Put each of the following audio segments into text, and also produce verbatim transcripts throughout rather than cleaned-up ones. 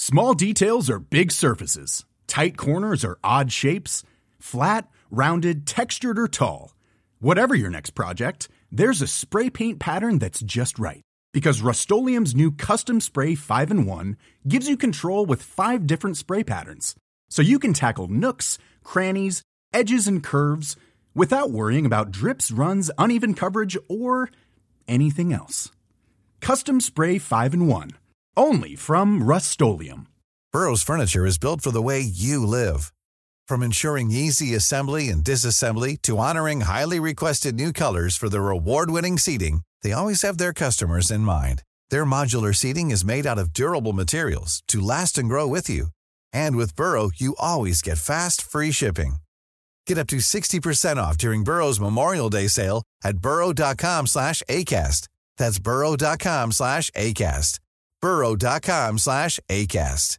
Small details are big surfaces. Tight corners are odd shapes. Flat, rounded, textured, or tall. Whatever your next project, there's a spray paint pattern that's just right. Because Rust-Oleum's new Custom Spray five in one gives you control with five different spray patterns. So you can tackle nooks, crannies, edges, and curves without worrying about drips, runs, uneven coverage, or anything else. Custom Spray five in one. Only from Rust-Oleum. Burrow's furniture is built for the way you live. From ensuring easy assembly and disassembly to honoring highly requested new colors for their award-winning seating, they always have their customers in mind. Their modular seating is made out of durable materials to last and grow with you. And with Burrow, you always get fast, free shipping. Get up to sixty percent off during Burrow's Memorial Day sale at burrow.com slash ACAST. That's burrow.com slash ACAST. burrow.com slash ACAST.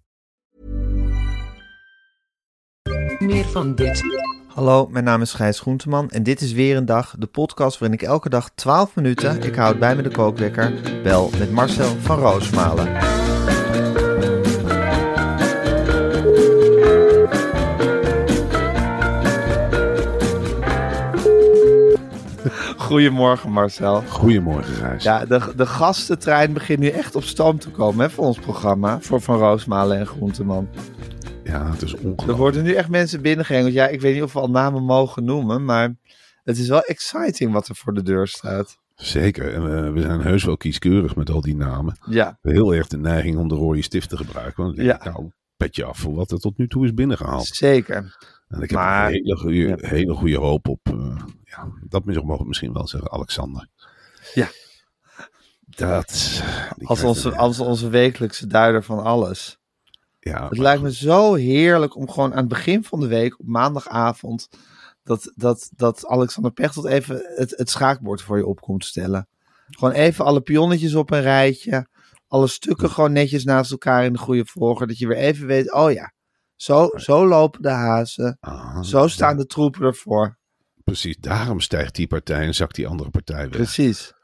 Meer van dit. Hallo, mijn naam is Gijs Groenteman en dit is weer een dag, de podcast waarin ik elke dag twaalf minuten, ik houd bij me de kookwekker, bel met Marcel van Roosmalen. Goedemorgen Marcel. Goedemorgen Gijs. Ja, de, de gastentrein begint nu echt op stoom te komen hè, voor ons programma, voor Van Roosmalen en Groenteman. Ja, het is ongelooflijk. Er worden nu echt mensen binnengehengeld. Ja, ik weet niet of we al namen mogen noemen, maar het is wel exciting wat er voor de deur staat. Zeker. En uh, we zijn heus wel kieskeurig met al die namen. Ja. We hebben heel erg de neiging om de rode stift te gebruiken. Want dan denk Ja. ik, nou, petje af voor wat er tot nu toe is binnengehaald. Zeker. En ik heb Maar- een hele goede, Ja. hele goede hoop op, uh, ja, dat mogen we misschien wel zeggen, Alexander. Ja. Dat, die Als krijgt onze, een- als onze wekelijkse duider van alles. ja, Het maar lijkt me goed. zo heerlijk om gewoon aan het begin van de week, op maandagavond, dat, dat, dat Alexander Pechtold even het, het schaakbord voor je op komt stellen. Gewoon even alle pionnetjes op een rijtje. Alle stukken gewoon netjes naast elkaar in de goede volgorde. Dat je weer even weet, oh ja, zo, zo lopen de hazen. Ah, Zo staan ja, de troepen ervoor. precies, daarom stijgt die partij en zakt die andere partij weg. Precies.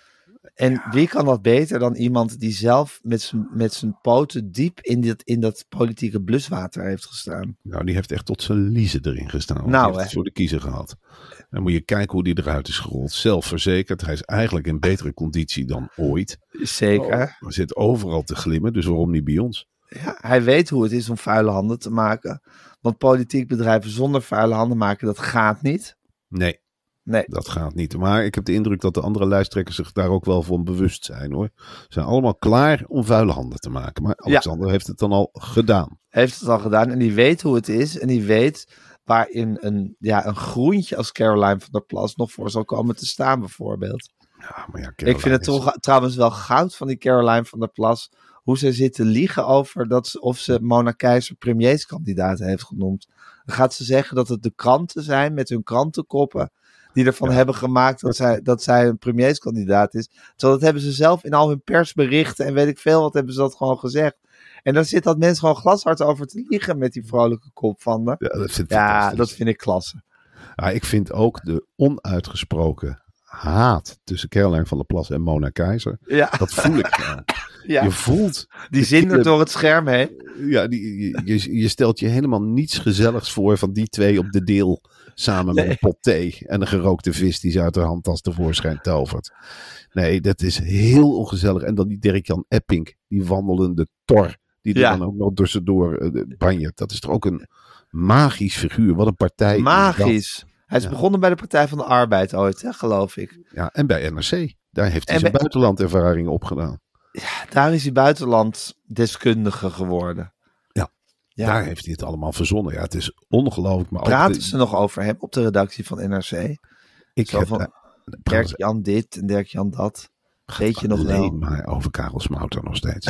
En wie kan dat beter dan iemand die zelf met zijn, met zijn poten diep in dat, in dat politieke bluswater heeft gestaan? Nou, die heeft echt tot zijn liezen erin gestaan. Want Nou, die heeft hè. het voor de kiezer gehad. Dan moet je kijken hoe die eruit is gerold. Zelfverzekerd. Hij is eigenlijk in betere conditie dan ooit. Zeker. Hij zit overal te glimmen, dus waarom niet bij ons? Ja, hij weet hoe het is om vuile handen te maken. Want politiek bedrijven zonder vuile handen maken, dat gaat niet. Nee, Nee. dat gaat niet. Maar ik heb de indruk dat de andere lijsttrekkers zich daar ook wel van bewust zijn, hoor. Ze zijn allemaal klaar om vuile handen te maken. Maar Alexander heeft het dan al gedaan. Heeft het al gedaan en die weet hoe het is. En die weet waarin een, ja, een groentje als Caroline van der Plas nog voor zal komen te staan, bijvoorbeeld. Ja, maar ja, Ik vind het Caroline is- toch, trouwens wel goud van die Caroline van der Plas. Hoe ze zit te liegen over dat ze, of ze Mona Keizer premierskandidaat heeft genoemd. Dan gaat ze zeggen dat het de kranten zijn met hun krantenkoppen die ervan Ja. hebben gemaakt dat zij, dat zij een premierskandidaat is. Terwijl dat hebben ze zelf in al hun persberichten en weet ik veel wat hebben ze dat gewoon gezegd. En dan zit dat mensen gewoon glashard over te liegen met die vrolijke kop van haar. Ja, dat vind ik Ja, fantastisch. dat vind ik klasse. Ja, ik vind ook de onuitgesproken haat tussen Caroline van der Plas en Mona Keizer. Ja, Dat voel ik gewoon. ja. Je voelt... die de zindert kille- door het scherm heen. Ja, die, je, je, je stelt je helemaal niets gezelligs voor van die twee op de deel. Samen met Nee. een pot thee en een gerookte vis die ze uit haar handtas tevoorschijn tovert. Nee, dat is heel ongezellig. En dan die Dirk-Jan Epping, die wandelende tor. Die er Ja. dan ook nog tussendoor uh, banjert. Dat is toch ook een magisch figuur. Wat een partij. is dat. Magisch. Hij is Ja. begonnen bij de Partij van de Arbeid ooit, hè, geloof ik. Ja, en bij N R C. Daar heeft hij En zijn bij- buitenlandervaring opgedaan. Daar is hij buitenlanddeskundige geworden. Ja, Ja. Daar heeft hij het allemaal verzonnen. Ja, het is ongelooflijk. Maar ook Praten de- ze nog over hem op de redactie van N R C? ik Zo heb van, daar- praten ze Dirk-Jan dit en Dirk-Jan dat. Weet je nog alleen wel? maar over Karel Smouter nog steeds.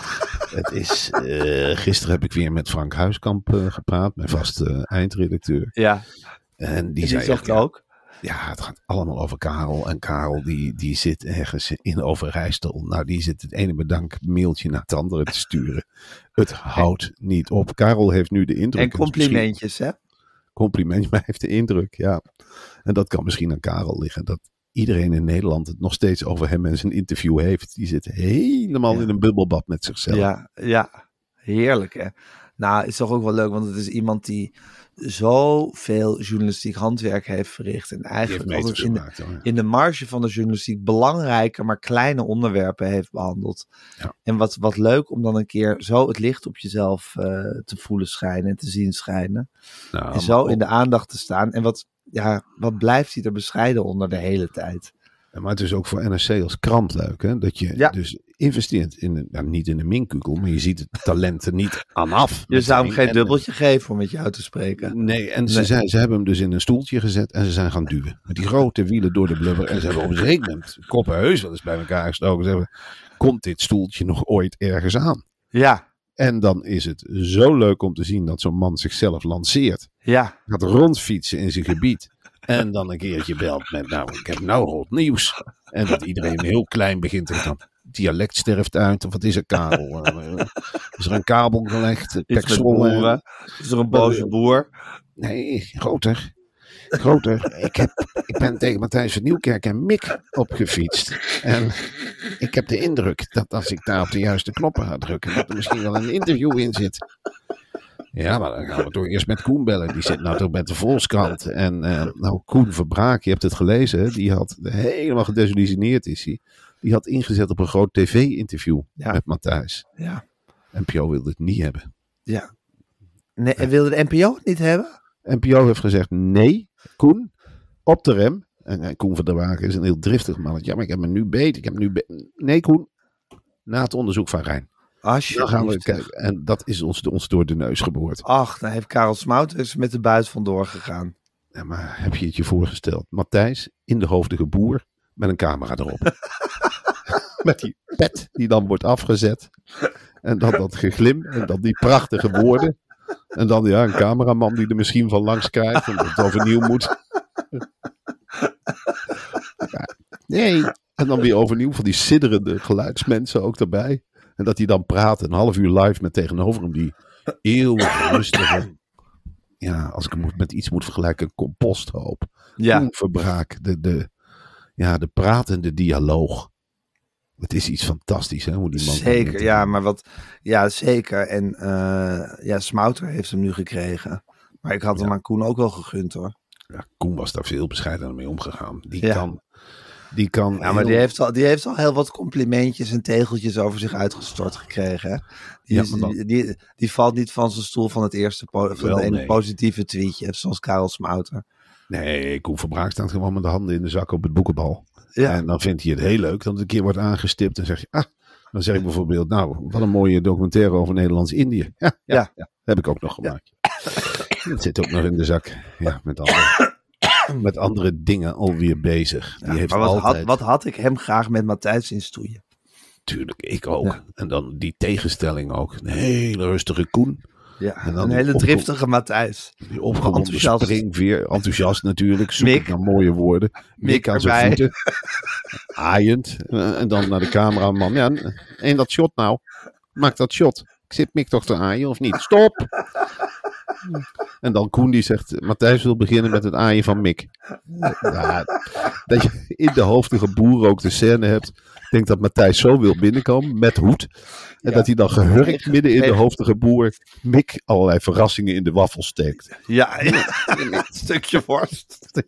Het is, eh, gisteren heb ik weer met Frank Huiskamp eh, gepraat, mijn vaste eindredacteur. Ja, En die die zei zegt echt, ja, ook. ja, het gaat allemaal over Karel. En Karel die, die zit ergens in Overijssel. Nou, die zit het ene bedankmailtje naar het andere te sturen. Het houdt niet op. Karel heeft nu de indruk. En het is misschien- complimentjes, hè? Compliment, maar hij heeft de indruk, ja. En dat kan misschien aan Karel liggen. Dat iedereen in Nederland het nog steeds over hem en zijn interview heeft. Die zit helemaal Ja. in een bubbelbad met zichzelf. Ja, ja, Heerlijk, hè? Nou, is toch ook wel leuk, want het is iemand die zoveel journalistiek handwerk heeft verricht. En Die heeft eigenlijk altijd meters in de, gemaakt. Hoor. in de marge van de journalistiek belangrijke, maar kleine onderwerpen heeft behandeld. Ja. En wat, wat leuk om dan een keer zo het licht op jezelf uh, te voelen schijnen en te zien schijnen. Nou, en zo op, in de aandacht te staan. En wat, ja, wat blijft hij er bescheiden onder de hele tijd? Maar het is ook voor N R C als krant leuk, hè? Dat je Ja. dus investeert in een, nou, niet in een minkukkel, maar je ziet het talent er niet aan af. Je zou hem geen en, dubbeltje geven om met jou te spreken. Nee, en Nee. Ze, zijn, ze hebben hem dus in een stoeltje gezet en ze zijn gaan duwen. Met die grote wielen door de blubber. En ze hebben op een gegeven moment koppen heus wel eens bij elkaar gestoken. Ze hebben, komt dit stoeltje nog ooit ergens aan? Ja, En dan is het zo leuk om te zien dat zo'n man zichzelf lanceert. ja. Gaat rondfietsen in zijn gebied. En dan een keertje belt met, nou, ik heb nou rot nieuws. En dat iedereen heel klein begint te gaan. Dialect sterft uit, of wat is er, Karel? Is er een kabel gelegd? Iets met Peksel, boeren. Is er een boze boer? Nee, groter. Groter. Ik, heb, ik ben tegen Matthijs van Nieuwkerk en Mick opgefietst. En ik heb de indruk dat als ik daar op de juiste knoppen ga drukken, dat er misschien wel een interview in zit. Ja, maar dan gaan we toch eerst met Koen bellen. Die zit nou toch met de Volkskrant. En uh, nou, Koen Verbraak, je hebt het gelezen, hè? Die had helemaal gedesillusioneerd is hij. Die had ingezet op een groot tv-interview Ja. met Matthijs. Ja. N P O wilde het niet hebben. Ja. Nee, en wilde de N P O het niet hebben? N P O heeft gezegd nee, Koen, op de rem. En uh, Koen Verbraak is een heel driftig mannetje. Ja, maar ik heb me nu beet. Ik heb me nu be- nee, Koen, na het onderzoek van Rijn. Dan gaan we kijken. En dat is ons, ons door de neus geboord. Ach, daar heeft Karel Smouters met de buit vandoor gegaan. Ja, maar heb je het je voorgesteld? Matthijs in de hoofdige boer met een camera erop. Met die pet die dan wordt afgezet. En dan dat geglim en dan die prachtige woorden. En dan ja, een cameraman die er misschien van langs kijkt en dat het overnieuw moet. Ja, nee. En dan weer overnieuw van die sidderende geluidsmensen ook erbij. En dat hij dan praat een half uur live met tegenover hem die eeuwig rustige, ja, als ik hem moet- met iets moet vergelijken, een composthoop. Ja, Koen Verbraak, de, de, ja, de pratende dialoog. Het is iets fantastisch, hè, hoe die man... zeker. Ja, maar wat... Ja, zeker. En uh, ja, Smouter heeft hem nu gekregen. Maar ik had hem Ja. aan Koen ook wel gegund, hoor. Ja, Koen was daar veel bescheidener mee omgegaan. Die Ja. kan... Die kan Ja, maar heel- die heeft, al, die heeft al heel wat complimentjes en tegeltjes over zich uitgestort gekregen. Hè? Die, Ja, is- maar dan- die, die, die valt niet van zijn stoel van het eerste po- van Wel, het ene nee. positieve tweetje, zoals Karel Smouter. Nee, Koen Verbraak staat gewoon met de handen in de zak op het boekenbal. Ja, En dan vindt hij het heel leuk dat het een keer wordt aangestipt. En zeg je, ah, dan zeg ik bijvoorbeeld, nou, wat een mooie documentaire over Nederlands-Indië. Ja, ja, Ja. ja, heb ik ook nog gemaakt. Dat zit ook nog in de zak. Ja, met andere, met andere dingen alweer bezig. Die ja, heeft maar wat altijd, had, wat had ik hem graag met Matthijs zien stoeien? natuurlijk, ik ook. Ja. En dan die tegenstelling ook. Een hele rustige Koen. Ja, En dan een die hele opge- driftige Matthijs. Die opgewonden Enthousiast. springveer. Enthousiast natuurlijk. Zoek Mick. naar mooie woorden. Mick aan zijn erbij. voeten. Aaiend. Eh, En dan naar de cameraman. Ja, en dat shot nou. Maak dat shot. Ik zit Mick toch te aaien of niet? Stop! En dan Koen die zegt, Matthijs wil beginnen met het aaien van Mick. Ja, dat je in de hoofdige boer ook de scène hebt. Ik denk dat Matthijs zo wil binnenkomen met hoed. En Ja. dat hij dan gehurkt midden in de Tegen- hoofdige boer Mick allerlei verrassingen in de waffel steekt. Ja, ja. een stukje worst.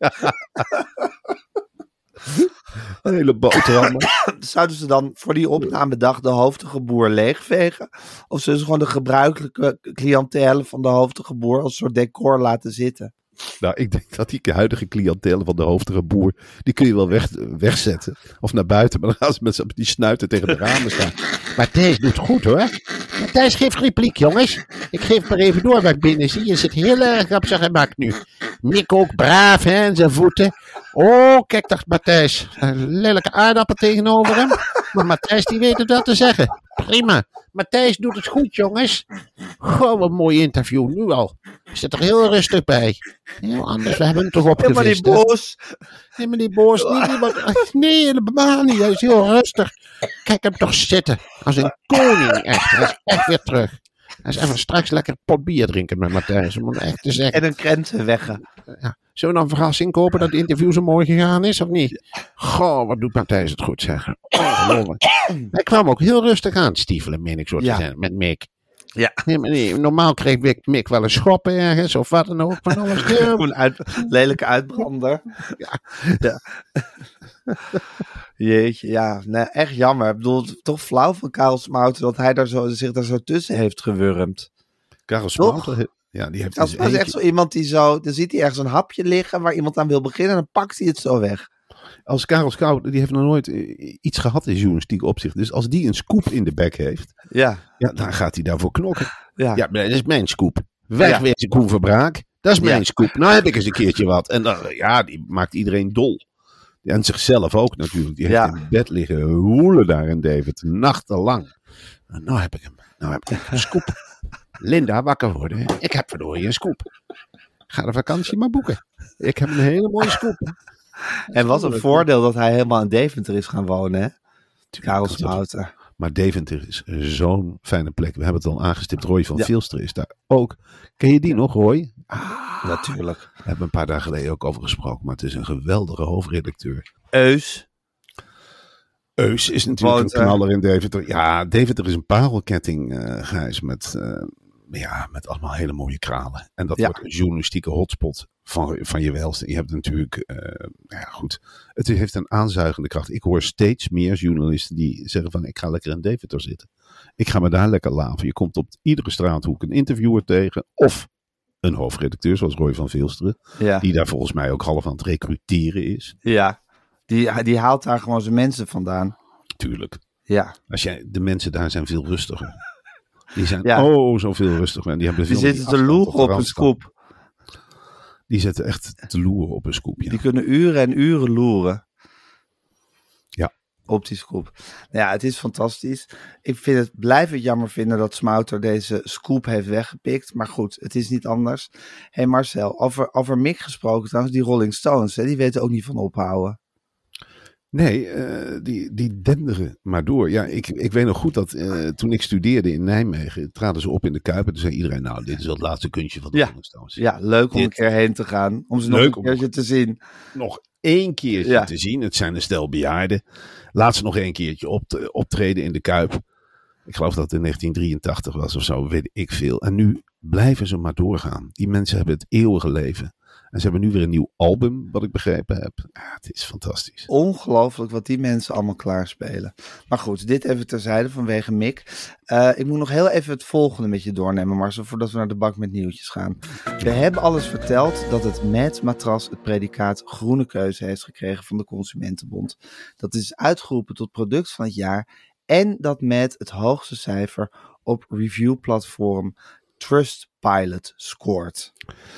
Een hele boterham. Zouden ze dan voor die opnamedag de hoofdige boer leegvegen? Of zullen ze gewoon de gebruikelijke cliëntele van de hoofdige boer als soort decor laten zitten? Nou, ik denk dat die huidige cliëntele van de hoofdige boer, die kun je wel weg, wegzetten. Of naar buiten, maar dan gaan ze met z'n- die snuiten tegen de ramen staan. Matthijs doet goed hoor. Matthijs geeft repliek jongens. Ik geef maar even door waar ik binnen zie. Je zit heel erg op zijn gemak nu. Mick ook braaf hè, en zijn voeten. Oh, kijk dacht Matthijs. Een lelijke aardappel tegenover hem. Maar Matthijs die weet het wel te zeggen. Prima. Matthijs doet het goed jongens. Goh, wat een mooi interview nu al. Zit er heel rustig bij. Heel anders, we hebben hem toch Helemaal niet opgevist. hè? boos. Helemaal niet boos. Niet, niet, wat- nee, helemaal niet. Hij is heel rustig. Kijk hem toch zitten. Als een koning echt. Hij is echt weer terug. Hij is even straks lekker pot bier drinken met Matthijs. Om het echt te zeggen. En een krentenweggen. Ja. Zullen we dan een verrassing kopen dat het interview zo mooi gegaan is of niet? Goh, wat doet Matthijs het goed zeggen. Ongelooflijk. Hij kwam ook heel rustig aan, stiefelen, meen ik zo te Ja. zijn, met Mick. Ja. Nee, maar nee, normaal kreeg Mick, Mick wel een schop ergens of wat dan ook. Van alles deur. Een uit, lelijke uitbrander. Ja. Ja. Jeetje, ja. Nee, echt jammer. Ik bedoel, toch flauw van Karel Smouten dat hij daar zo, zich daar zo tussen heeft gewurmd. Karel Toch? Smouten, ja, die heeft Dat dus was echt eentje- zo iemand die zo... Dan ziet hij ergens een hapje liggen waar iemand aan wil beginnen en dan pakt hij het zo weg. Als Karel Smouten, die heeft nog nooit eh, iets gehad in journalistiek opzicht. Dus als die een scoop in de bek heeft, Ja, ja, dan gaat hij daarvoor knokken. ja. Ja, maar dat is mijn scoop. Wegwezen Koen Verbraak. Dat is mijn Ja. scoop. Nou heb ik eens een keertje wat. En dan, ja, die maakt iedereen dol. Ja, en zichzelf ook natuurlijk. Die heeft Ja. in bed liggen hoelen daar in David. Nachtenlang. Nou, nou heb ik hem. Nou heb ik hem. Een scoop. Linda, wakker worden. Ik heb verdorie een scoop. Ga de vakantie maar boeken. Ik heb een hele mooie scoop. En wat een voordeel dat hij helemaal in Deventer is gaan wonen, hè? Karel dat is- Smouten. Maar Deventer is zo'n fijne plek. We hebben het al aangestipt. Roy van Ja. Vilster is daar ook. Ken je die nog, Roy? Natuurlijk. Daar hebben we een paar dagen geleden ook over gesproken. Maar het is een geweldige hoofdredacteur. Eus. Eus is natuurlijk Want, een knaller in Deventer. Ja, Deventer is een parelketting, eh Gijs. Met, eh, ja, met allemaal hele mooie kralen. En dat Ja. wordt een journalistieke hotspot van, van je welste. Je hebt natuurlijk, eh, ja goed, het heeft een aanzuigende kracht. Ik hoor steeds meer journalisten die zeggen van ik ga lekker in Deventer zitten. Ik ga me daar lekker laven. Je komt op iedere straathoek een interviewer tegen. Of een hoofdredacteur zoals Roy van Vilsteren. Ja. Die daar volgens mij ook half aan het recruteren is. Ja. Die, die haalt daar gewoon zijn mensen vandaan. Tuurlijk. Ja. Als jij, de mensen daar zijn veel rustiger. Die zijn Ja. oh zoveel rustiger. En die hebben Die veel meer zitten te afstand loeren tot de op een randstad. scoop. Die zitten echt te loeren op een scoop. Ja. Die kunnen uren en uren loeren. Ja. Op die scoop. Nou ja, het is fantastisch. Ik vind het, blijf het jammer vinden dat Smouter deze scoop heeft weggepikt. Maar goed, het is niet anders. Hé hey Marcel, over, over Mick gesproken trouwens, die Rolling Stones, hè, die weten ook niet van ophouden. Nee, eh, die, die denderen maar door. Ja, ik, ik weet nog goed dat eh, toen ik studeerde in Nijmegen, traden ze op in de Kuip. En toen zei iedereen, nou, dit is wel het laatste kunstje van de Ja. Rolling Stones. Ja, leuk om Dit- een keer heen te gaan. Om ze nog Leuk een om- keertje te zien. Nog één keertje Ja. te zien. Het zijn een stel bejaarden. Laat ze nog één keertje op, optreden in de Kuip. Ik geloof dat het in negentien drieëntachtig was of zo, weet ik veel. En nu blijven ze maar doorgaan. Die mensen hebben het eeuwige leven. En ze hebben nu weer een nieuw album, wat ik begrepen heb. Ja, het is fantastisch. Ongelooflijk wat die mensen allemaal klaarspelen. Maar goed, dit even terzijde vanwege Mick. Uh, ik moet nog heel even het volgende met je doornemen, Marcel, voordat we naar de bak met nieuwtjes gaan. We hebben alles verteld dat het Mad Matras het predicaat groene keuze heeft gekregen van de Consumentenbond. Dat is uitgeroepen tot product van het jaar en dat Mad het hoogste cijfer op reviewplatform Trustpilot scoort.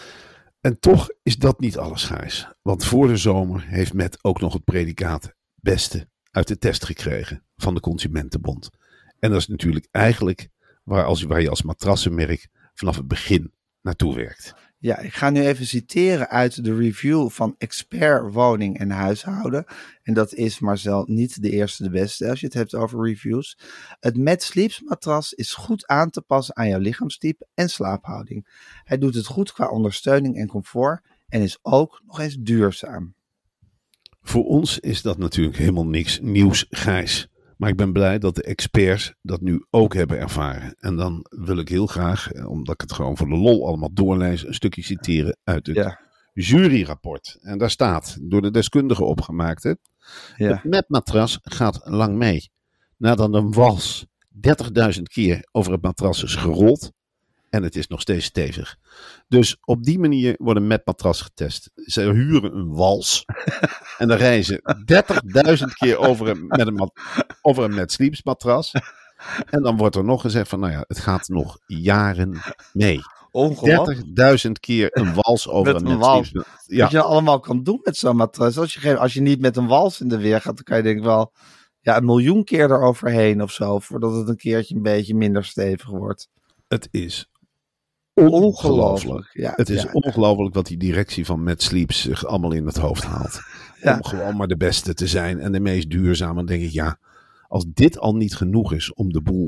En toch is dat niet alles, Gijs. Want voor de zomer heeft Met ook nog het predicaat beste uit de test gekregen van de Consumentenbond. En dat is natuurlijk eigenlijk waar, als, waar je als matrassenmerk vanaf het begin naartoe werkt. Ja, ik ga nu even citeren uit de review van Expert Woning en Huishouden. En dat is Marcel niet de eerste de beste als je het hebt over reviews. Het Mad Sleeps matras is goed aan te passen aan jouw lichaamstype en slaaphouding. Hij doet het goed qua ondersteuning en comfort en is ook nog eens duurzaam. Voor ons is dat natuurlijk helemaal niks nieuws, Gijs. Maar ik ben blij dat de experts dat nu ook hebben ervaren. En dan wil ik heel graag, omdat ik het gewoon voor de lol allemaal doorlees, een stukje citeren uit het Ja. juryrapport. En daar staat, door de deskundigen opgemaakt, hè, Ja. het Met-matras gaat lang mee. Nadat een wals dertigduizend keer over het matras is gerold. En het is nog steeds stevig. Dus op die manier wordt een Met-matras getest. Ze huren een wals. En dan rijden ze dertigduizend keer over een, met een, mat, over een Mad Sleeps matras. En dan wordt er nog gezegd van, nou ja, het gaat nog jaren mee. Ongelooflijk. dertigduizend keer een wals over Met een een Mad wals. Sleeps. Wat Ja, je nou allemaal kan doen met zo'n matras. Als je, geen- als je niet met een wals in de weer gaat, dan kan je denk ik wel ja, een miljoen keer eroverheen of zo. Voordat het een keertje een beetje minder stevig wordt. het is ongelooflijk. Ongelooflijk. Ja, Het is ja. ongelooflijk wat die directie van Mad Sleeps zich allemaal in het hoofd haalt. Ja. Om gewoon maar de beste te zijn en de meest duurzame. Dan denk ik, ja, als dit al niet genoeg is om de boel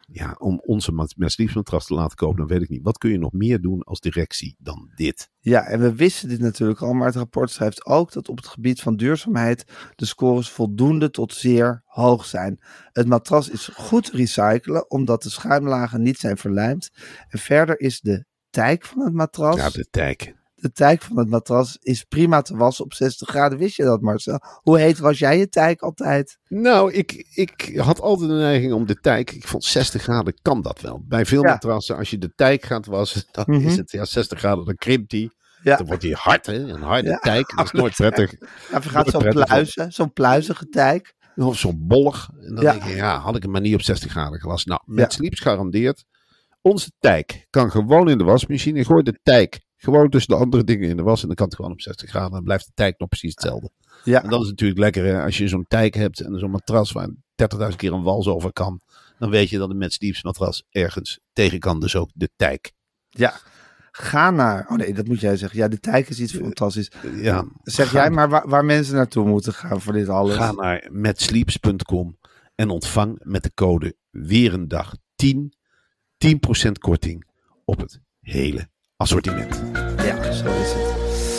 Ja, om onze Metsliepsmatras te laten kopen, dan weet ik niet. Wat kun je nog meer doen als directie dan dit? Ja, en we wisten dit natuurlijk al, maar het rapport schrijft ook dat op het gebied van duurzaamheid de scores voldoende tot zeer hoog zijn. Het matras is goed te recyclen, omdat de schuimlagen niet zijn verlijmd. En verder is de teik van het matras... Ja, de tijk. De teik van het matras is prima te wassen op zestig graden. Wist je dat, Marcel? Hoe heet was jij je teik altijd? Nou, ik, ik had altijd een neiging om de tijk. Ik vond zestig graden kan dat wel. Bij veel Ja. matrassen, als je de tijk gaat wassen, dan Mhm. is het ja, zestig graden, dan krimpt die. Ja. Dan wordt die hard, hè? Een harde Ja, tijk. Dat is nooit prettig. Ja, vergaat zo'n prettig. pluizen, zo'n pluizige teik. Of zo'n bollig. En dan Ja. denk je, ja, had ik hem maar niet op zestig graden gewassen. Nou, met Ja. Sleeps garandeerd. Onze tijk kan gewoon in de wasmachine. Gooi de tijk gewoon tussen de andere dingen in de was. En dan kan het gewoon op zestig graden. Dan blijft de tijk nog precies hetzelfde. Ja. En dat is natuurlijk lekker, hè? Als je zo'n tijk hebt en zo'n matras waar dertigduizend keer een wals over kan. Dan weet je dat een Met Sleeps matras ergens tegen kan. Dus ook de tijk. Ja. Ga naar... Oh nee, dat moet jij zeggen. Ja, de teik is iets fantastisch. Ja, Zeg ga, jij maar waar, waar mensen naartoe moeten gaan voor dit alles. Ga naar metsleeps punt com en ontvang met de code weer een dag tien, tien procent korting op het hele assortiment. Ja, zo is het.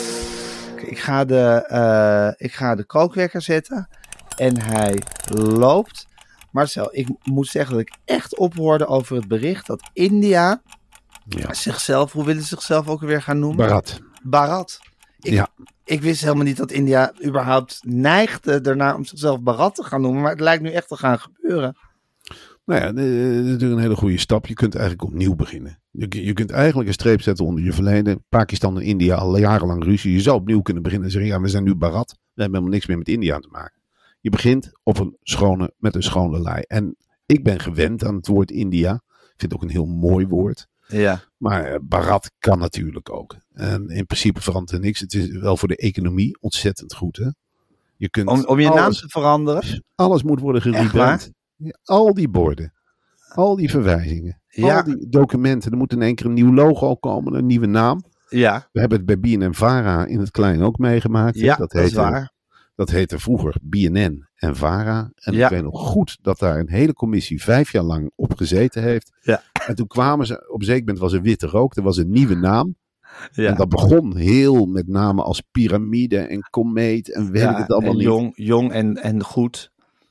Oké, ik, ga de, eh, ik ga de kookwekker zetten. En hij loopt. Marcel, ik moet zeggen dat ik echt ophoorde over het bericht dat India Ja. zichzelf, hoe willen ze zichzelf ook weer gaan noemen? Bharat. Bharat. Ik, Ja. ik wist helemaal niet dat India überhaupt neigde ernaar om zichzelf Bharat te gaan noemen. Maar het lijkt nu echt te gaan gebeuren. Nou ja, dat is natuurlijk een hele goede stap. Je kunt eigenlijk opnieuw beginnen. Je, je kunt eigenlijk een streep zetten onder je verleden. Pakistan en India al jarenlang ruzie. Je zou opnieuw kunnen beginnen en zeggen, ja, we zijn nu Bharat. We hebben helemaal niks meer met India te maken. Je begint op een schone, met een schone lei. En ik ben gewend aan het woord India. Ik vind het ook een heel mooi woord. Ja. Maar uh, Bharat kan natuurlijk ook. En in principe verandert er niks. Het is wel voor de economie ontzettend goed. Hè? Je kunt Om, om je alles, naam te veranderen? alles moet worden gerebrand. Ja, al die borden. Al die verwijzingen. Ja. Al die documenten. Er moet in één keer een nieuw logo komen. Een nieuwe naam. Ja, We hebben het bij B N N Vara in het klein ook meegemaakt. hè? ja dat, is heette, waar. Dat heette vroeger B N N en Vara. En Ja. ik weet nog goed dat daar een hele commissie vijf jaar lang op gezeten heeft. Ja. En toen kwamen ze, op een zeker moment was er witte rook. Er was een nieuwe naam. Ja. En dat begon heel met namen als Pyramide en Komeet en weet Ja, ik het allemaal en niet. jong, jong en, en goed.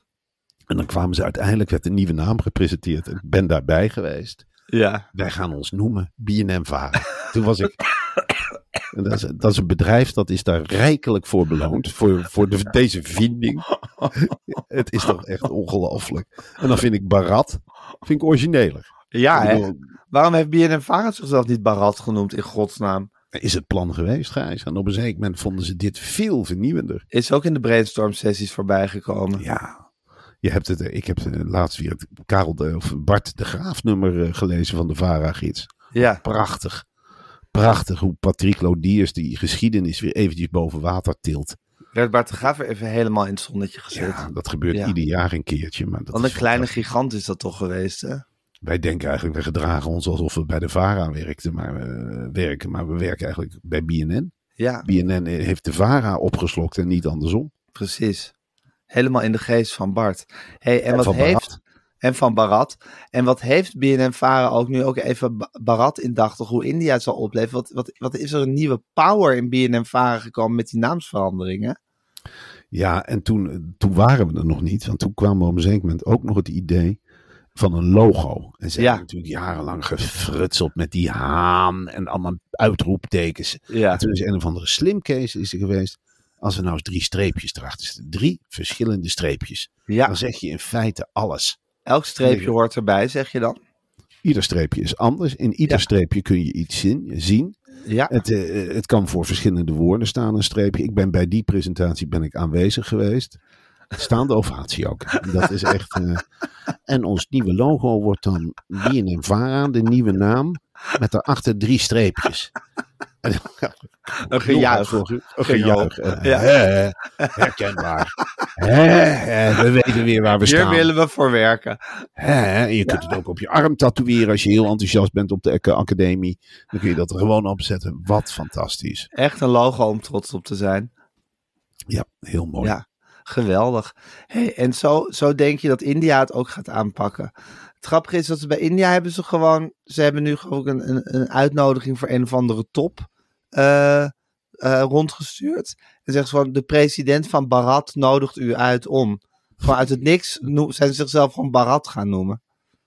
En dan kwamen ze uiteindelijk, werd een nieuwe naam gepresenteerd. En ik ben daarbij geweest. Ja. Wij gaan ons noemen B N N Vara. Toen was ik... En dat, is, dat is een bedrijf dat is daar rijkelijk voor beloond. Voor, voor de, deze vinding. Het is toch echt ongelooflijk. En dan vind ik Bharat vind ik origineler. Ja, Ik hè? bedoel, Waarom heeft B N N Vara zichzelf niet Bharat genoemd in godsnaam? is het plan geweest, Gijs? En op een zeker moment vonden ze dit veel vernieuwender. Is ook in de brainstorm sessies voorbij gekomen. Ja, je hebt het, ik heb het laatst weer het Karel de, of Bart de Graaf nummer eh, gelezen van de Vara-gids. Ja. Prachtig. Prachtig hoe Patrick Lodiers die geschiedenis weer eventjes boven water tilt. Werd Bart de Graaf weer even helemaal in het zonnetje gezet. Ja, dat gebeurt Ja. ieder jaar een keertje. Maar dat Wat is een kleine fantastisch. gigant is dat toch geweest, hè? Wij denken eigenlijk, we gedragen ons alsof we bij de Vara werkten, maar we werken, maar we werken eigenlijk bij B N N. Ja, B N N heeft de Vara opgeslokt en niet andersom. precies. Helemaal in de geest van Bart. Hey, en, En wat van heeft... Bharat. En van Bharat. En wat heeft B N N Vara ook nu ook even Ba- Bharat indachtig hoe India het zal opleven? Wat, wat, wat is er een nieuwe power in B N N Vara gekomen met die naamsveranderingen? Ja, en toen, toen waren we er nog niet, want toen kwam er op een zeker moment ook nog het idee van een logo. En ze Ja. hebben natuurlijk jarenlang gefrutseld met die haan en allemaal uitroeptekens. Ja. En toen is een of andere slimcase is er geweest. Als er nou eens drie streepjes erachter zitten, drie verschillende streepjes, Ja, dan zeg je in feite alles. elk streepje Nee. hoort erbij, zeg je dan? Ieder streepje is anders. In ieder Ja. streepje kun je iets zien. zien. Ja, Het, eh, het kan voor verschillende woorden staan, een streepje. Ik ben bij die presentatie ben ik aanwezig geweest. Staande ovatie ook. Dat is echt... eh, en ons nieuwe logo wordt dan B N N Vara, de nieuwe naam, met daarachter drie streepjes. een gejuich. Een gejuich. Eh, Ja. hè, herkenbaar. Hè, hè, we weten weer waar we Hier staan. willen we voor werken. Hè, en je kunt het ook op je arm tatoeëren als je heel enthousiast bent op de Ecke Academie. Dan kun je dat er gewoon opzetten. Wat fantastisch. Echt een logo om trots op te zijn. Ja, heel mooi. Ja, geweldig. Hey, en zo, zo denk je dat India het ook gaat aanpakken. Het grappige is dat ze bij India hebben ze gewoon... Ze hebben nu gewoon een, een, een uitnodiging voor een of andere top uh, uh, rondgestuurd. En zeggen ze gewoon, de president van Bharat nodigt u uit om. Gewoon uit het niks no- zijn ze zichzelf gewoon Bharat gaan noemen.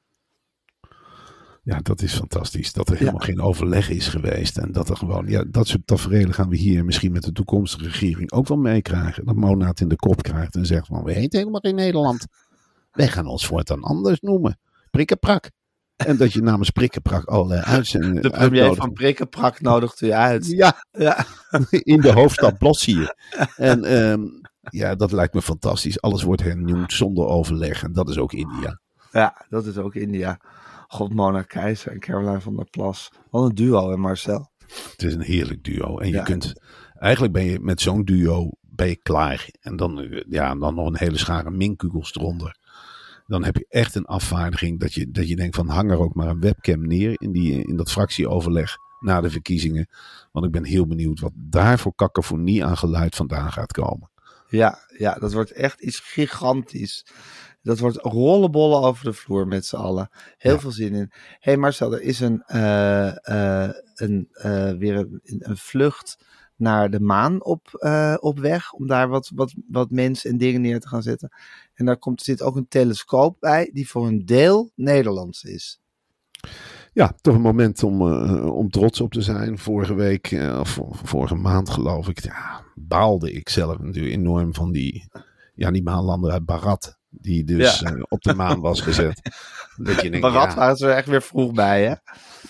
Ja, dat is fantastisch. Dat er helemaal Ja. geen overleg is geweest. En dat er gewoon, ja, dat soort tafereelen gaan we hier misschien met de toekomstige regering ook wel meekrijgen. Dat Mona het in de kop krijgt en zegt van, we heten helemaal in Nederland. Wij gaan ons voortaan anders noemen. Prikkenprak. En dat je namens Prikkenprak allerlei uitzendingen De premier uitnodigt. van Prikkenprak nodigt u uit. Ja, Ja. in de hoofdstad Blossier. En um, ja, dat lijkt me fantastisch. Alles wordt hernieuwd zonder overleg. En dat is ook India. Ja, dat is ook India. God, Mona Keizer en Caroline van der Plas. Wat een duo, hè Marcel? Het is een heerlijk duo. En je Ja. kunt, eigenlijk ben je met zo'n duo ben je klaar. En dan, uh, ja, dan nog een hele schare minkugels eronder. Dan heb je echt een afvaardiging dat je, dat je denkt van hang er ook maar een webcam neer in, die, in dat fractieoverleg na de verkiezingen. Want ik ben heel benieuwd wat daar voor cacophonie aan geluid vandaan gaat komen. Ja, ja, dat wordt echt iets gigantisch. Dat wordt rollenbollen over de vloer met z'n allen. Heel Ja. veel zin in. Hé hey Marcel, er is een, uh, uh, een, uh, weer een, een vlucht naar de maan op, uh, op weg. Om daar wat, wat, wat mensen en dingen neer te gaan zetten. En daar komt, zit ook een telescoop bij die voor een deel Nederlands is. Ja, toch een moment om, uh, om trots op te zijn. Vorige week, uh, of vorige maand geloof ik, ja, baalde ik zelf natuurlijk enorm van die, ja, die maanlander uit Bharat. Die dus Ja. uh, op de maan was gezet. Dat je denkt, Barat ja, waren ze er echt weer vroeg bij, hè?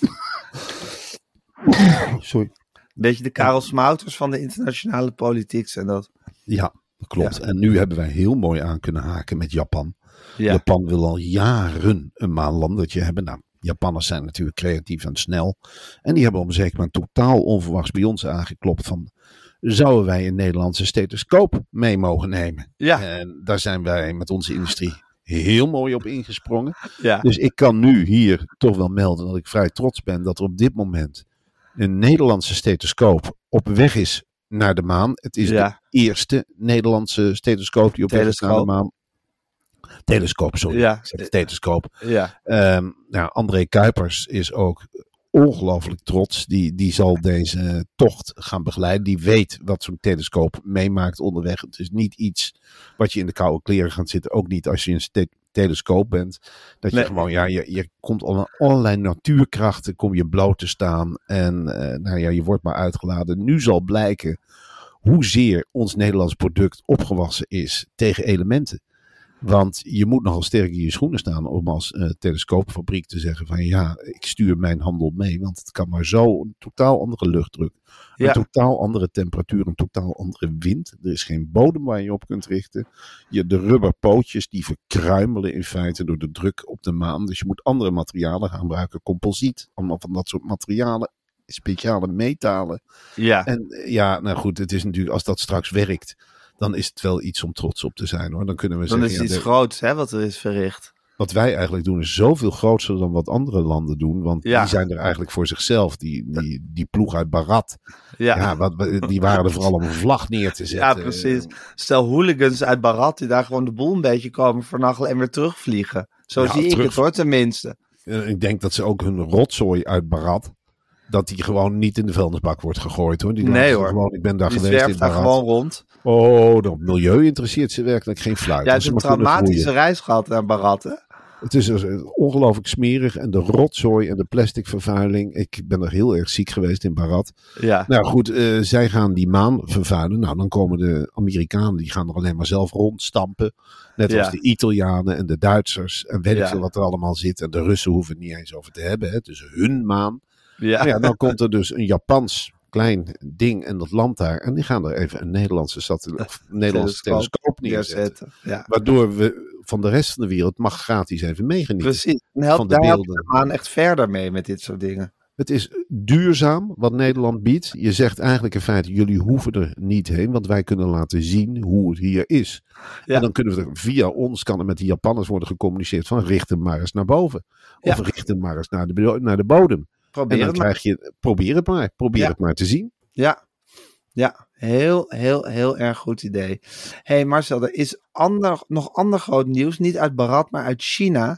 sorry. Beetje de Karel Smouters van de internationale politiek en dat. Ja, dat klopt. Ja. En nu hebben wij heel mooi aan kunnen haken met Japan. Ja, Japan wil al jaren een maanlandertje hebben. Nou, Japanners zijn natuurlijk creatief en snel. En die hebben op een zeker moment totaal onverwachts bij ons aangeklopt van, zouden wij een Nederlandse stethoscoop mee mogen nemen? ja, En daar zijn wij met onze industrie heel mooi op ingesprongen. ja. Dus ik kan nu hier toch wel melden dat ik vrij trots ben dat er op dit moment een Nederlandse stethoscoop op weg is naar de maan. Het is Ja. de eerste Nederlandse stethoscoop die op weg is naar de Telescoop. maan. Telescoop, sorry. Ja. Ik zeg stethoscoop. Ja, Um, nou, André Kuipers is ook ongelooflijk trots. Die, die zal deze tocht gaan begeleiden. Die weet wat zo'n telescoop meemaakt onderweg. Het is niet iets wat je in de koude kleren gaat zitten. Ook niet als je een te- telescoop bent. Dat je Nee. gewoon, ja, je, je komt al allerlei natuurkrachten, kom je bloot te staan. En uh, nou ja, je wordt maar uitgeladen. Nu zal blijken hoezeer ons Nederlands product opgewassen is tegen elementen. Want je moet nogal sterk in je schoenen staan om als uh, telescoopfabriek te zeggen van ja, ik stuur mijn handel mee. Want het kan maar zo een totaal andere luchtdruk, Ja. een totaal andere temperatuur, een totaal andere wind. Er is geen bodem waar je op kunt richten. Je, de rubberpootjes die verkruimelen in feite door de druk op de maan. Dus je moet andere materialen gaan gebruiken, composiet. Allemaal van dat soort materialen, speciale metalen. ja. En uh, ja, nou goed, het is natuurlijk als dat straks werkt, dan is het wel iets om trots op te zijn hoor. Dan kunnen we Dan zeggen, is ja, het iets de- groots, hè, wat er is verricht. wat wij eigenlijk doen is zoveel groter dan wat andere landen doen. Want Ja. die zijn er eigenlijk voor zichzelf. Die, die, die ploeg uit Bharat, Ja, ja, wat, die waren er vooral om een vlag neer te zetten. ja, precies. Stel hooligans uit Bharat die daar gewoon de boel een beetje komen vernachelen en weer terugvliegen. Zo Ja, zie ik terug- het hoor, tenminste. Eh, Ik denk dat ze ook hun rotzooi uit Bharat, dat die gewoon niet in de vuilnisbak wordt gegooid hoor. Die Nee, laten ze hoor. Gewoon, ik ben daar Die geweest in zwerft daar Bharat. gewoon rond. Oh, dat milieu interesseert ze werkelijk geen fluit. Ja, het Als is ze een maar kunnen traumatische groeien. reis gehad naar Bharat, hè? Het is dus ongelooflijk smerig. En de rotzooi en de plastic vervuiling. Ik ben er heel erg ziek geweest in Bharat. Ja, Nou goed, uh, zij gaan die maan vervuilen. Nou, dan komen de Amerikanen, die gaan er alleen maar zelf rondstampen. Net Ja. als de Italianen en de Duitsers. En weet ik Ja. veel wat er allemaal zit. En de Russen hoeven het niet eens over te hebben. Hè. Het is hun maan. ja. Maar ja, dan komt er dus een Japans klein ding en dat land daar. En die gaan er even een Nederlandse, satelliet, of een Nederlandse Telescoop telescoop neerzetten. neerzetten. Ja, Waardoor we van de rest van de wereld mag gratis even meegenieten. precies. En helpt, van de daar helpt beelden. de maan echt verder mee met dit soort dingen. Het is duurzaam wat Nederland biedt. Je zegt eigenlijk in feite, jullie hoeven er niet heen, want wij kunnen laten zien hoe het hier is. Ja. En dan kunnen we er, via ons kan er met de Japanners worden gecommuniceerd van richt hem maar eens naar boven. Of Ja. richt hem maar eens naar de, naar de bodem. Probeer en dan het maar. krijg je, probeer het maar. Probeer Ja. het maar te zien. Ja, ja, heel, heel, heel erg goed idee. Hé hey Marcel, er is ander, nog ander groot nieuws, niet uit Bharat, maar uit China.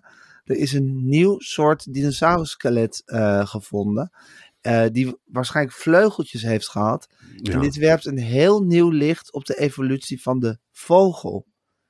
er is een nieuw soort dinosaurus-skelet uh, gevonden. Uh, die waarschijnlijk vleugeltjes heeft gehad. Ja. En dit werpt een heel nieuw licht op de evolutie van de vogel.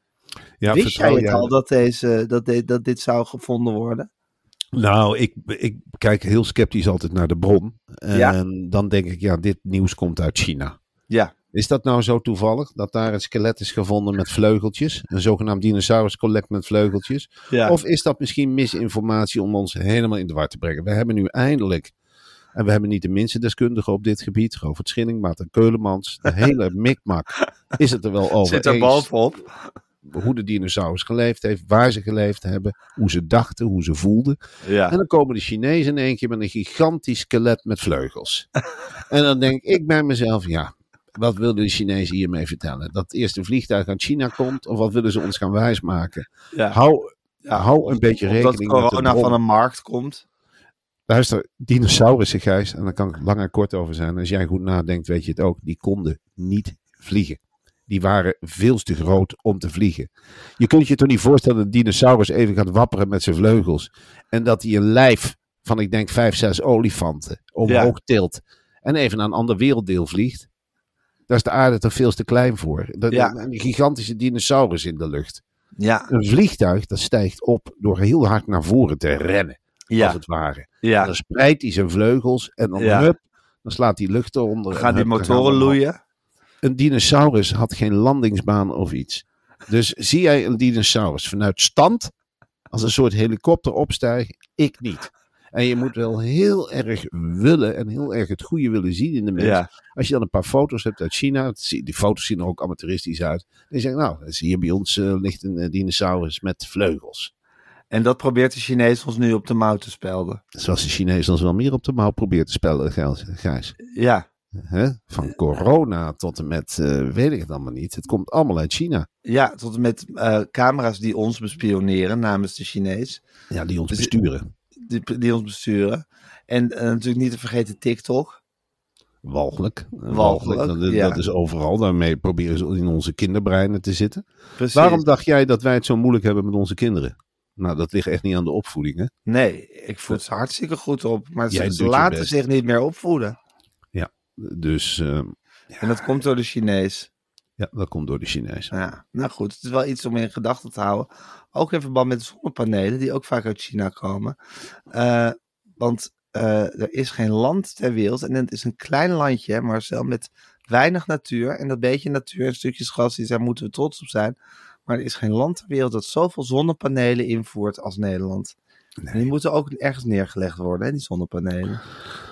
Ja, Wist jij het ja. al dat, deze, dat, de, dat dit zou gevonden worden? Nou, ik, ik kijk heel sceptisch altijd naar de bron. En ja. dan denk ik, ja, dit nieuws komt uit China. Ja. Is dat nou zo toevallig, dat daar een skelet is gevonden met vleugeltjes? Een zogenaamd dinosaurus-skelet met vleugeltjes? Ja. Of is dat misschien misinformatie om ons helemaal in de war te brengen? We hebben nu eindelijk, en we hebben niet de minste deskundigen op dit gebied, Govert Schillingmaat en Keulemans, de hele mikmak is het er wel over Zit er bovenop. Hoe de dinosaurus geleefd heeft, waar ze geleefd hebben, hoe ze dachten, hoe ze voelden. Ja. En dan komen de Chinezen in één keer met een gigantisch skelet met vleugels. En dan denk ik bij mezelf, ja, wat willen de Chinezen hiermee vertellen? Dat het eerste vliegtuig uit China komt, of wat willen ze ons gaan wijsmaken? Ja. Hou, ja, hou een beetje of rekening met dat corona van een markt komt. Luister, dinosaurussen, Gijs, en daar kan ik lang en kort over zijn. Als jij goed nadenkt, weet je het ook, die konden niet vliegen. Die waren veel te groot om te vliegen. Je kunt je toch niet voorstellen dat een dinosaurus even gaat wapperen met zijn vleugels. En dat hij een lijf van, ik denk, vijf, zes olifanten omhoog ja. tilt. En even naar een ander werelddeel vliegt. Daar is de aarde toch veel te klein voor. Dat, ja. Een gigantische dinosaurus in de lucht. Ja. Een vliegtuig dat stijgt op door heel hard naar voren te rennen. Ja. Als het ware. Ja. Dan spreidt hij zijn vleugels en dan, ja. hup, dan slaat hij lucht eronder. Dan gaan die motoren loeien. Een dinosaurus had geen landingsbaan of iets. Dus zie jij een dinosaurus vanuit stand als een soort helikopter opstijgen? Ik niet. En je moet wel heel erg willen en heel erg het goede willen zien in de mens. Ja. Als je dan een paar foto's hebt uit China, die foto's zien er ook amateuristisch uit. Dan zeg je, nou, hier bij ons uh, ligt een uh, dinosaurus met vleugels. En dat probeert de Chinees ons nu op de mouw te spelden. Zoals de Chinees ons wel meer op de mouw probeert te spelden, Gijs. Ja. He? Van corona tot en met, uh, weet ik het allemaal niet. Het komt allemaal uit China. Ja, tot en met uh, camera's die ons bespioneren namens de Chinees. Ja, die ons dus, besturen. Die, die ons besturen. En uh, natuurlijk niet te vergeten TikTok. Walgelijk. Walgelijk, Walgelijk. Dat, ja. dat is overal. Daarmee proberen ze in onze kinderbreinen te zitten. Precies. Waarom dacht jij dat wij het zo moeilijk hebben met onze kinderen? Nou, dat ligt echt niet aan de opvoeding, hè? Nee, ik voed ze hartstikke goed op. Maar ze, ze laten zich niet meer opvoeden. Ja, dus... Uh, ja. En dat komt door de Chinees. Ja, dat komt door de Chinees. Ja, nou goed, het is wel iets om in gedachten te houden. Ook in verband met de zonnepanelen, die ook vaak uit China komen. Uh, want uh, er is geen land ter wereld, en het is een klein landje, Marcel, met weinig natuur. En dat beetje natuur en stukjes gras, daar moeten we trots op zijn. Maar er is geen land ter wereld dat zoveel zonnepanelen invoert als Nederland. Nee. En die moeten ook ergens neergelegd worden, hè, die zonnepanelen.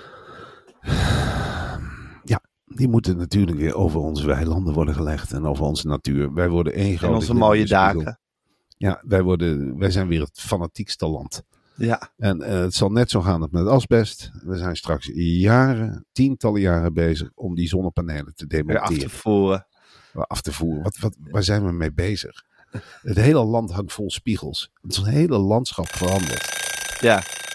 Ja, die moeten natuurlijk weer over onze weilanden worden gelegd en over onze natuur. Wij worden één grote... En onze mooie daken. Ja, wij, worden, wij zijn weer het fanatiekste land. Ja. En uh, het zal net zo gaan als met asbest. We zijn straks jaren, tientallen jaren bezig om die zonnepanelen te demonteren. Weer af te voeren. Af te voeren. Wat, wat, waar zijn we mee bezig? Het hele land hangt vol spiegels. Het is een hele landschap veranderd. Ja.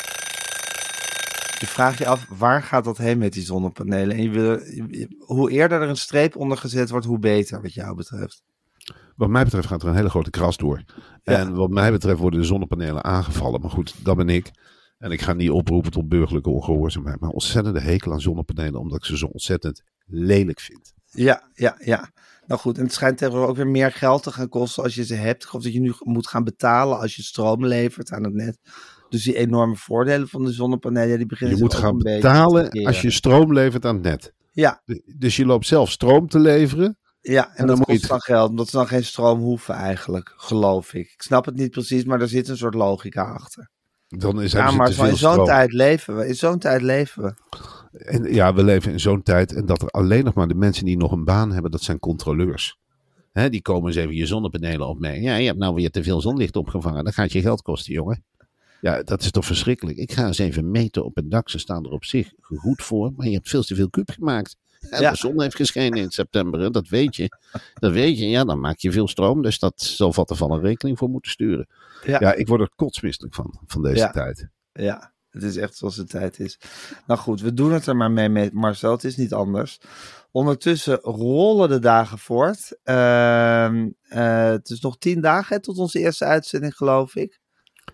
Je vraagt je af, waar gaat dat heen met die zonnepanelen? En je wil, hoe eerder er een streep onder gezet wordt, hoe beter, wat jou betreft. Wat mij betreft gaat er een hele grote kras door. Ja. En wat mij betreft worden de zonnepanelen aangevallen. Maar goed, dat ben ik. En ik ga niet oproepen tot burgerlijke ongehoorzaamheid. Maar ontzettende hekel aan zonnepanelen, omdat ik ze zo ontzettend lelijk vind. Ja, ja, ja. Nou goed, en het schijnt tegenwoordig ook weer meer geld te gaan kosten als je ze hebt. Ik geloof dat je nu moet gaan betalen als je stroom levert aan het net. Dus die enorme voordelen van de zonnepanelen, die beginnen je moet gaan betalen als je stroom levert aan het net. Ja. Dus je loopt zelf stroom te leveren. Ja, en, en dat kost dan geld, omdat ze dan geen stroom hoeven eigenlijk, geloof ik. Ik snap het niet precies, maar er zit een soort logica achter. Dan is ja, maar in zo'n tijd leven we. In zo'n tijd leven we. En ja, we leven in zo'n tijd en dat er alleen nog maar de mensen die nog een baan hebben, dat zijn controleurs. Hè, die komen eens even je zonnepanelen opmerken. Ja, je hebt nou weer te veel zonlicht opgevangen. Dat gaat je geld kosten, jongen. Ja, dat is toch verschrikkelijk. Ik ga eens even meten op het dak. Ze staan er op zich goed voor, maar je hebt veel te veel kuub gemaakt. Ja, ja. De zon heeft geschenen in september, hè? Dat weet je. Dat weet je, ja, dan maak je veel stroom. Dus dat zal vatten van een rekening voor moeten sturen. Ja, ja ik word er kotsmisselijk van, van deze ja. tijd. Ja, het is echt zoals de tijd is. Nou goed, we doen het er maar mee met Marcel. Het is niet anders. Ondertussen rollen de dagen voort. Uh, uh, het is nog tien dagen hè, tot onze eerste uitzending, geloof ik.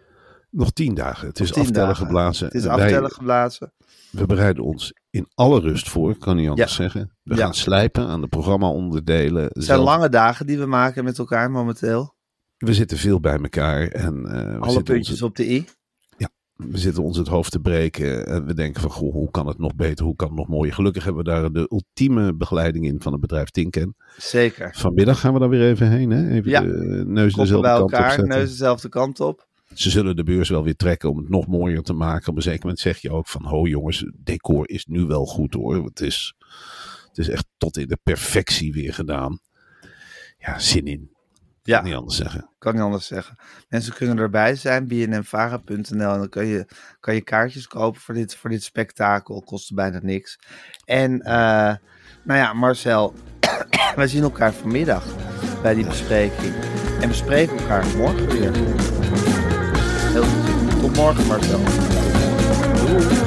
Nog tien dagen. Het is tien aftellen dagen. geblazen. Het is Wij- aftellen geblazen. We bereiden ons in alle rust voor, kan niet anders Ja. zeggen. We Ja. gaan slijpen aan de programma-onderdelen. Het zijn Zelf- lange dagen die we maken met elkaar momenteel. We zitten veel bij elkaar. En, uh, we Alle zitten puntjes ons, op de i. we zitten ons het hoofd te breken. En we denken van, goh, hoe kan het nog beter? Hoe kan het nog mooier? Gelukkig hebben we daar de ultieme begeleiding in van het bedrijf Tinken. Zeker. Vanmiddag gaan we daar weer even heen. Hè? Even Ja. de neus Koppen dezelfde bij kant op elkaar, zetten. neus dezelfde kant op. Ze zullen de beurs wel weer trekken om het nog mooier te maken. Op een zeker moment zeg je ook van, ho jongens, het decor is nu wel goed hoor. Het is, het is echt tot in de perfectie weer gedaan. Ja, zin in. Ja, Kan niet anders zeggen. kan niet anders zeggen. Mensen kunnen erbij zijn, b n n vara punt n l. En dan kan je, kan je kaartjes kopen voor dit, voor dit spektakel. Kost bijna niks. En, eh, nou ja, Marcel, wij zien elkaar vanmiddag bij die bespreking. En we spreken elkaar morgen weer. Heel goed. Tot morgen, Marcel. Doei.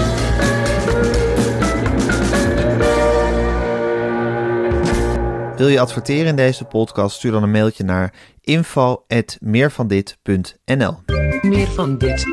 Wil je adverteren in deze podcast? Stuur dan een mailtje naar info at meervandit punt n l. Meer van dit.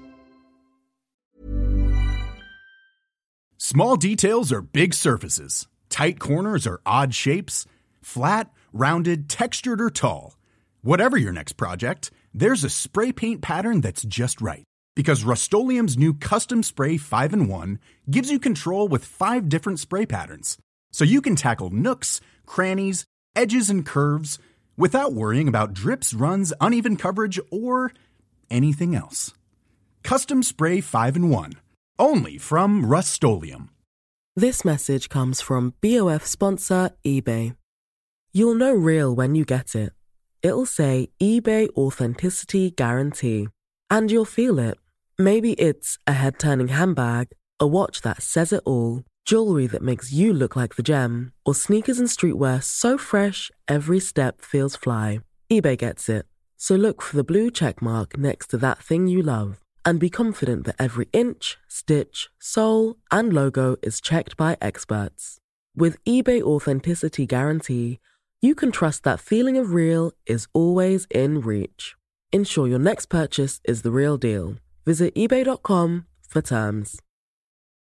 Small details are big surfaces. Tight corners are odd shapes. Flat, rounded, textured, or tall. Whatever your next project, there's a spray paint pattern that's just right. Because Rust-Oleum's new Custom Spray five in one gives you control with five different spray patterns. So you can tackle nooks, crannies, edges, and curves without worrying about drips, runs, uneven coverage, or anything else. Custom Spray five in one. Only from Rust-Oleum. This message comes from B O F sponsor eBay. You'll know real when you get it. It'll say eBay Authenticity Guarantee. And you'll feel it. Maybe it's a head-turning handbag, a watch that says it all, jewelry that makes you look like the gem, or sneakers and streetwear so fresh every step feels fly. eBay gets it. So look for the blue check mark next to that thing you love. And be confident that every inch, stitch, sole, and logo is checked by experts. With eBay Authenticity Guarantee, you can trust that feeling of real is always in reach. Ensure your next purchase is the real deal. Visit ebay dot com for terms.